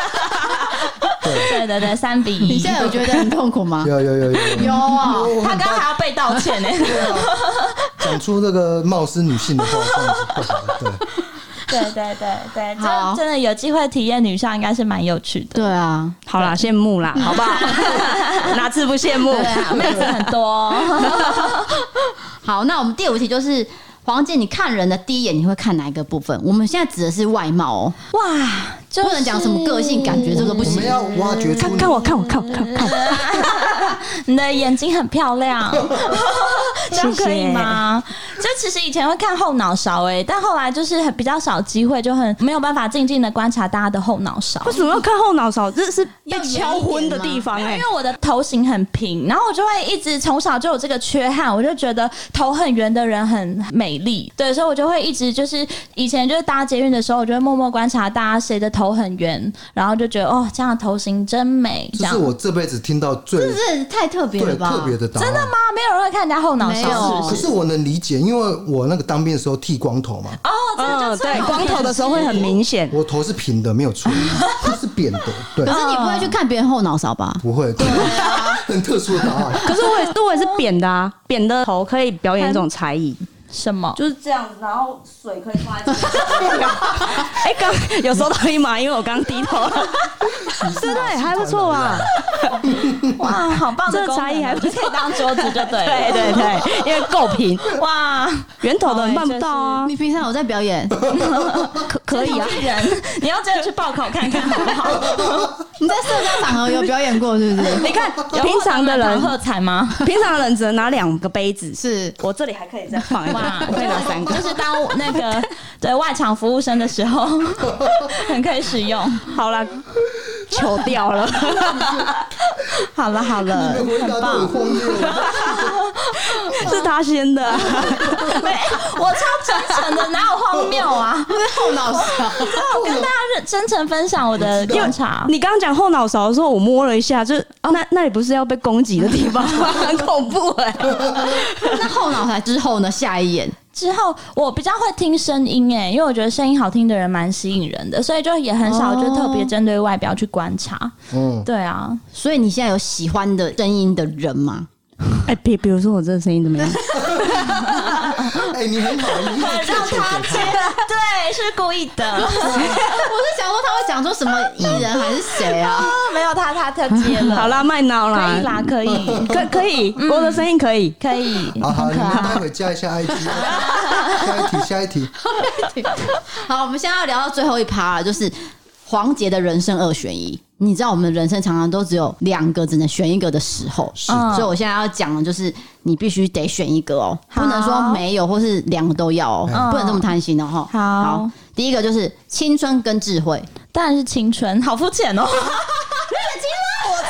对对对，三比一。 你现在有觉得很痛苦吗？ 有有有有有有啊， 他刚刚还要被道歉呢。 讲出这个冒失女性的话，这样子不好的。对， 对对对对， 好真真的有机会体验女校，应该是蛮有趣的。 对啊， 好啦，羡慕啦，好不好？哪次不羡慕？ 对啊，妹子很多。 好，那我们第五题就是黄姐，你看人的第一眼你会看哪一个部分？我们现在指的是外貌哦， 哇，就是不能讲什么个性、感觉，这个不行我们。要挖掘出看看我，看我，看我，看我看我。 你的眼睛很漂亮，这样可以吗？就其实以前会看后脑勺哎、欸，但后来就是很比较少机会，就很没有办法静静的观察大家的后脑勺。 为什么要看后脑勺？这是被要圆一敲昏的点吗地方哎、 因为我的头型很平，然后我就会一直从小就有这个缺憾，我就觉得头很圆的人很美丽，对，所以我就会一直就是以前就是搭捷运的时候，我就会默默观察大家谁的头很圆，然后就觉得哦，这样的头型真美，这样这是我这辈子听到最这是太特别了吧？ 对特别的答案。 真的吗？没有人会看人家后脑没有勺，是不是？ 可是我能理解，因为我那个当兵的时候剃光头嘛， 哦，这个嗯， 就是对，光头的时候会很明显。 我头是平的，没有错，它是扁的，对可，是你不会去看别人后脑勺吧？ 不会，对，很特殊的答案。 可是我也，我也是扁的啊，扁的头可以表演一种才艺， 什么？ 就是这样子，然后水可以放在这里。哎，刚有收到一码，因为我刚低头了，对不对？还不错吧？ 哇，好棒的这功能才艺还不可以当桌子就对了。 对对对，因为够平， 哇， 圆头的人办不到啊。 你平常有在表演？ 可可以啊， 人，你要真的去报考看看好不好？ 你在社交场合有表演过是不是？ 你看平常的人， 喝彩吗？ 平常的人只能拿两个杯子， 是我这里还可以再放一个， 哇， 我可以拿三个。 就是当那个对外场服务生的时候，很可以使用。 好了，糗掉了。 好了好了， 你的回答都很荒谬。 是他先的、啊， 没，我超真诚的，哪有荒谬啊？ 后脑勺。 我跟大家认真诚分享我的观察。 你刚刚讲后脑勺的时候，我摸了一下，就是那那里不是要被攻击的地方吗？很恐怖哎、 那后脑勺之后呢？下一眼之后我比较会听声音哎，因为我觉得声音好听的人蛮吸引人的，所以就也很少就特别针对外表去观察。 嗯， 对啊， 所以你现在有喜欢的声音的人吗？ 哎，比比如说我这个声音怎么样？ 哎，你很好，你一直借球给他。 对，是故意的。 我是想说他会讲出什么艺人还是谁啊？ 没有他，他他接了。 好啦，卖脑啦， 可以啦，可以， 可可以，我的声音可以， 可以， 好好，你们很可爱。 待会加一下 I G。下一题，下一题。 好，我们现在要聊到最后一趴了，就是黄杰的人生二选一。你知道我们人生常常都只有两个，只能选一个的时候， 是嗯所以我现在要讲的就是你必须得选一个哦， 好不能说没有或是两个都要哦， 嗯不能这么贪心哦。哈。 好好，第一个就是青春跟智慧。 当然是青春，好肤浅哦。 我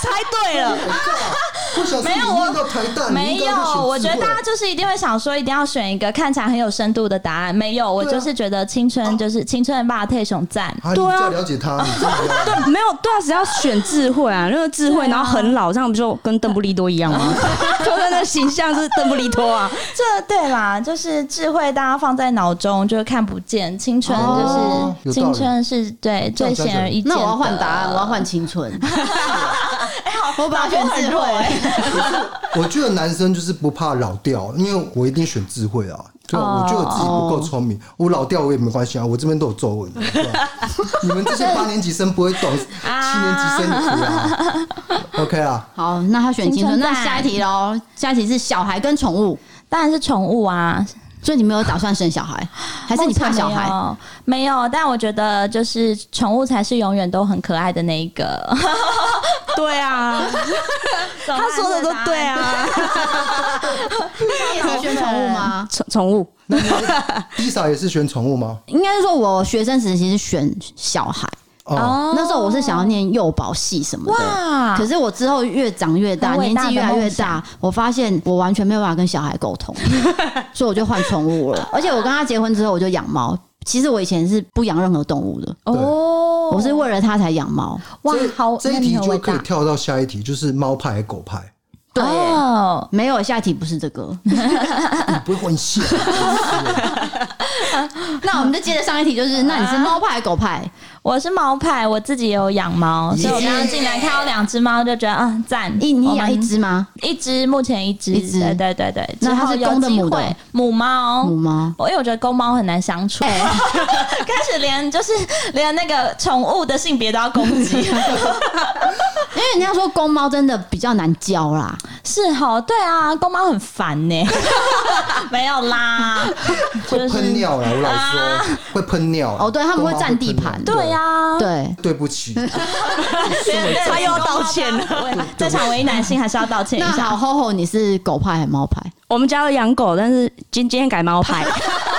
猜对了。 我小时候念到台大， 没有，我觉得大家就是一定会想说，一定要选一个看起来很有深度的答案。没有，我就是觉得青春就是青春的霸退熊赞。 对啊，你了解他，你对，没有对啊，只要选智慧啊，那个智慧，然后很老，这样不就跟邓布利多一样吗？他的那形象是邓布利多啊。 这对啦，就是智慧，大家放在脑中就看不见。青春就是青春是对最显而易见的。 那我要换答案，我要换青春。我把它选智慧。 我觉得男生就是不怕老掉，因为我一定选智慧啊。就我觉得我自己不够聪明，我老掉我也没关系啊，我这边都有皱纹。你们这些八年级生不会懂，七年级生也可以啊。OK 啊。 好，那他选青春，那下一题喽。下一题是小孩跟宠物， 当然是宠物啊。 所以你没有打算生小孩，还是你怕小孩？ 没有，但我觉得就是宠物才是永远都很可爱的那一个。 对啊，他说的都对啊。 你也是选宠物吗？ 宠宠物。 那Lisa 也是选宠物吗？ 应该是说我学生时期是选小孩。哦，那时候我是想要念幼保系什么的，可是我之后越长越大，年纪越来越大，我发现我完全没有办法跟小孩沟通，所以我就换宠物了。而且我跟他结婚之后，我就养猫。其实我以前是不养任何动物的哦，我是为了他才养猫。 哇，好， 这一题就可以跳到下一题，就是猫派还是狗派？ 对，哦、没有，下一题不是这个。 你不会混淆。 那我们就接着上一题，就是那你是猫派还是狗派？ 我是猫派，我自己也有养猫，所以我刚刚进来看到两只猫，就觉得啊赞。 一你养一只吗？ 一只，目前一只， 一只， 对对对对。 那它是公的母的？ 母猫， 母猫。 因为我觉得公猫很难相处，欸、开始连就是连那个宠物的性别都要攻击，因为人家说公猫真的比较难教啦。 是齁，对啊，公猫很烦呢、欸。没有啦， 会喷尿啦，我老实说、啊、会喷尿。 哦，对，他们会占地盘。 对呀、啊， 对， 对不起， 他又要道歉了。 在场唯一男性还是要道歉一下。 那好，吼吼，你是狗派还是猫派？ 我们家有养狗，但是今今天改猫派。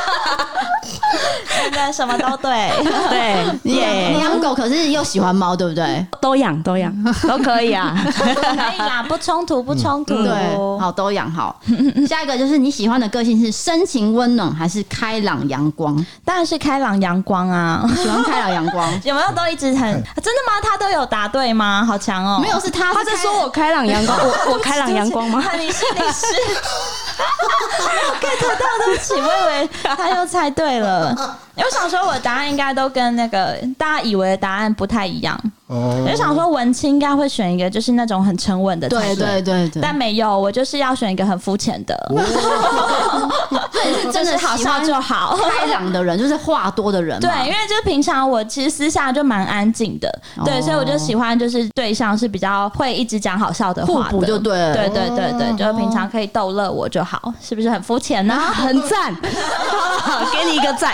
现在什么都对， 对， 耶！你养狗可是又喜欢猫，对不对？ 都养，都养，都可以啊， 可以啦，不衝突，不衝突。 对，好，都养好。下一个就是你喜歡的個性是深情溫暖還是開朗陽光？ 當然是開朗陽光啊， 喜歡開朗陽光。 有沒有都一直很真的嗎？他都有答對嗎？好強哦！ 沒有，是他， 他在說我開朗陽光，我我開朗陽光嗎？ 你是你是。沒有 get 到，對不起，我以為他又猜對了。因為我想說，我的答案應該都跟那個大家以為的答案不太一樣。哦，我就想說文青應該會選一個就是那種很沉穩的， 對對對對， 但沒有，我就是要選一個很膚淺的。對，是真的好笑就好， 開朗的人就是話多的人。 對，因為就平常我其實私下就蠻安靜的，對，所以我就喜歡就是對象是比較會一直講好笑的話的， 互補就對了。 對對對對，就平常可以逗樂我就好，是不是很膚淺呢？ 很讚，給你一個讚。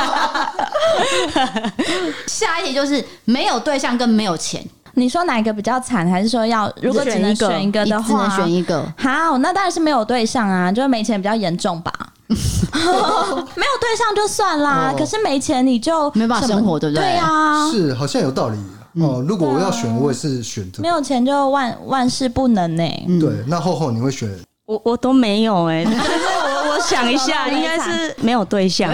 下一題就是沒有對象跟沒有錢， 你說哪一個比較慘，還是說要如果只能選一個的話， 只能選一個？ 好，那當然是沒有對象啊，就是沒錢比較嚴重吧。沒有對象就算啦，可是沒錢你就沒辦法生活，對不對？ 對啊， 是好像有道理哦。如果我要選，我也是選這個。 沒有錢就萬萬事不能呢、欸。 對，那厚厚你會選？ 我我都沒有哎、欸，我我想一下，應該是沒有對象。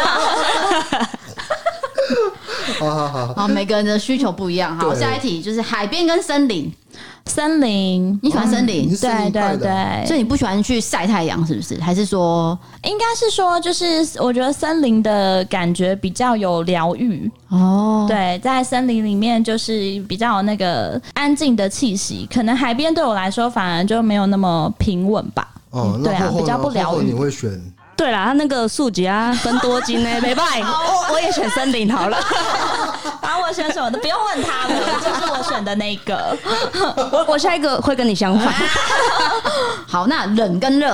好好好， 好，每個人的需求不一樣。好，下一題就是海邊跟森林。 森林， 你喜歡森林？ 嗯、 對對對， 所以你不喜歡去曬太陽，是不是？還是說， 應該是說，就是我覺得森林的感覺比較有療癒哦。對，在森林裡面就是比較有那個安靜的氣息，可能海邊對我來說反而就沒有那麼平穩吧。 哦， 對啊，比較不療癒。 你會選？ 對啦，他那個素吉啊，分多金呢，沒辦法，我我也選森林好了。 啊，我選什麼的不用問他了，就是我選的那個。 我我下一個會跟你相反。 好，那冷跟熱，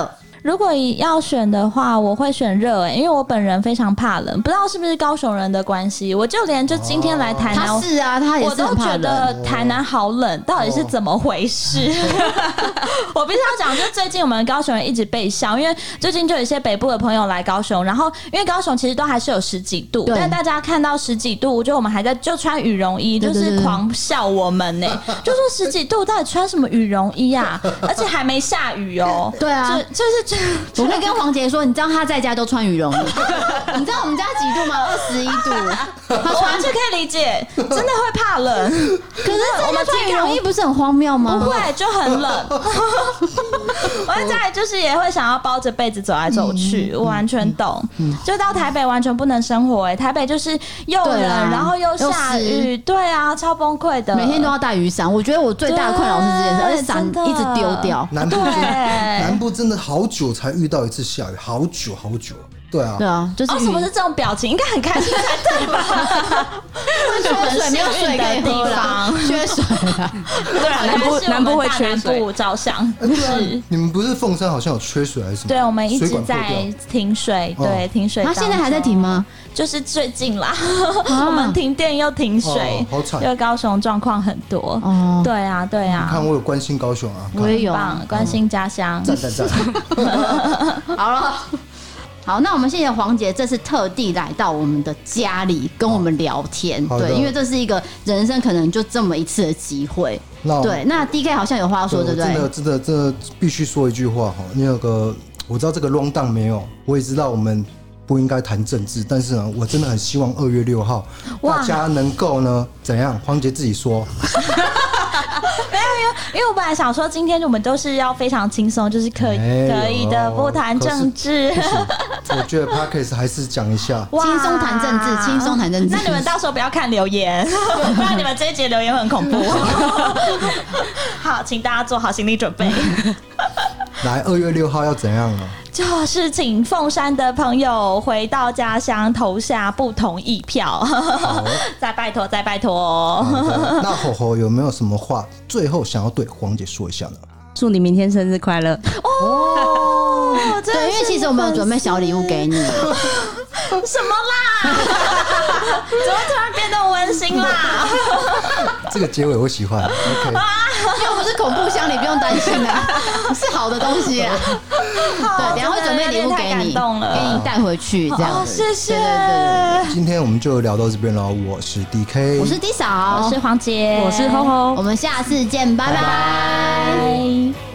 如果要选的话，我会选热诶、欸，因为我本人非常怕冷，不知道是不是高雄人的关系，我就连就今天来台南， 他是啊，他也我都是很怕觉得冷。 台南好冷，到底是怎么回事？我必须要讲，就最近我们高雄人一直被笑，因为最近就有一些北部的朋友来高雄，然后因为高雄其实都还是有十几度，但大家看到十几度，就我们还在就穿羽绒衣，就是狂笑我们呢、欸，就说十几度到底穿什么羽绒衣啊？而且还没下雨哦、喔。 对啊， 就就是就我可以跟黄杰说，你知道他在家都穿羽绒衣，你知道我们家几度吗？二十一度， 他完全可以理解，真的会怕冷。 可是我们穿羽绒衣不是很荒谬吗？ 不会，就很冷。我在家里就是也会想要包着被子走来走去，嗯、我完全懂。嗯、就到台北完全不能生活哎、欸，台北就是又冷，然后又下雨，对啊，超崩溃的。 每天都要带雨伞，我觉得我最大的困扰是这件事，而且伞一直丢掉。 南部真的南部真的好久才遇到一次下雨，好久好久。对啊， 对啊，就是、 哦、什么是这种表情？应该很开心才对吧？ 缺水没有水可以喝啦，缺水啦。 对啊，南部南部会缺水，着想是。你们不是凤山好像有缺水还是什么？ 对，我们一直在停水，对，停水。 他现在还在停吗？ 就是最近啦，我们停电又停水， 好惨。 因为高雄状况很多。哦，对啊，对啊。 你看我有关心高雄啊， 我也有关心家乡。 赞赞赞。 好了。好，那我们谢谢黄杰，这次特地来到我们的家里跟我们聊天，对，因为这是一个人生可能就这么一次的机会。对，那 D K 好像有话说，对不对？ 真的，真的，真的必须说一句话哈。那个我知道这个 round down 没有，我也知道我们不应该谈政治，但是呢，我真的很希望二月六号大家能够呢怎样？黄杰自己说。 没有，因为因为我本来想说，今天我们都是要非常轻松，就是可以可以的，不谈政治。 我觉得 Podcast 还是讲一下， 轻松谈政治，轻松谈政治。 那你们到时候不要看留言，不然你们这一节留言会很恐怖。好，请大家做好心理准备。 来，二月六号要怎样呢？ 就是请凤山的朋友回到家乡投下不同意票。再拜托，再拜托。 那吼吼有没有什么话最后想要对黄姐说一下呢？ 祝你明天生日快乐！ 哦， 对，因为其实我们有准备小礼物给你。 什么啦？怎么突然变得温馨啦？ 这个结尾我喜欢。OK， 又不是恐怖箱，你不用担心啊，是好的东西啊。对，等一下会准备礼物给你，给你带回去这样子。 谢谢。 对对对，今天我们就聊到这边了。我是 D K， 我是 D 嫂， 我是黄杰， 我是吼吼， 我们下次见，拜拜。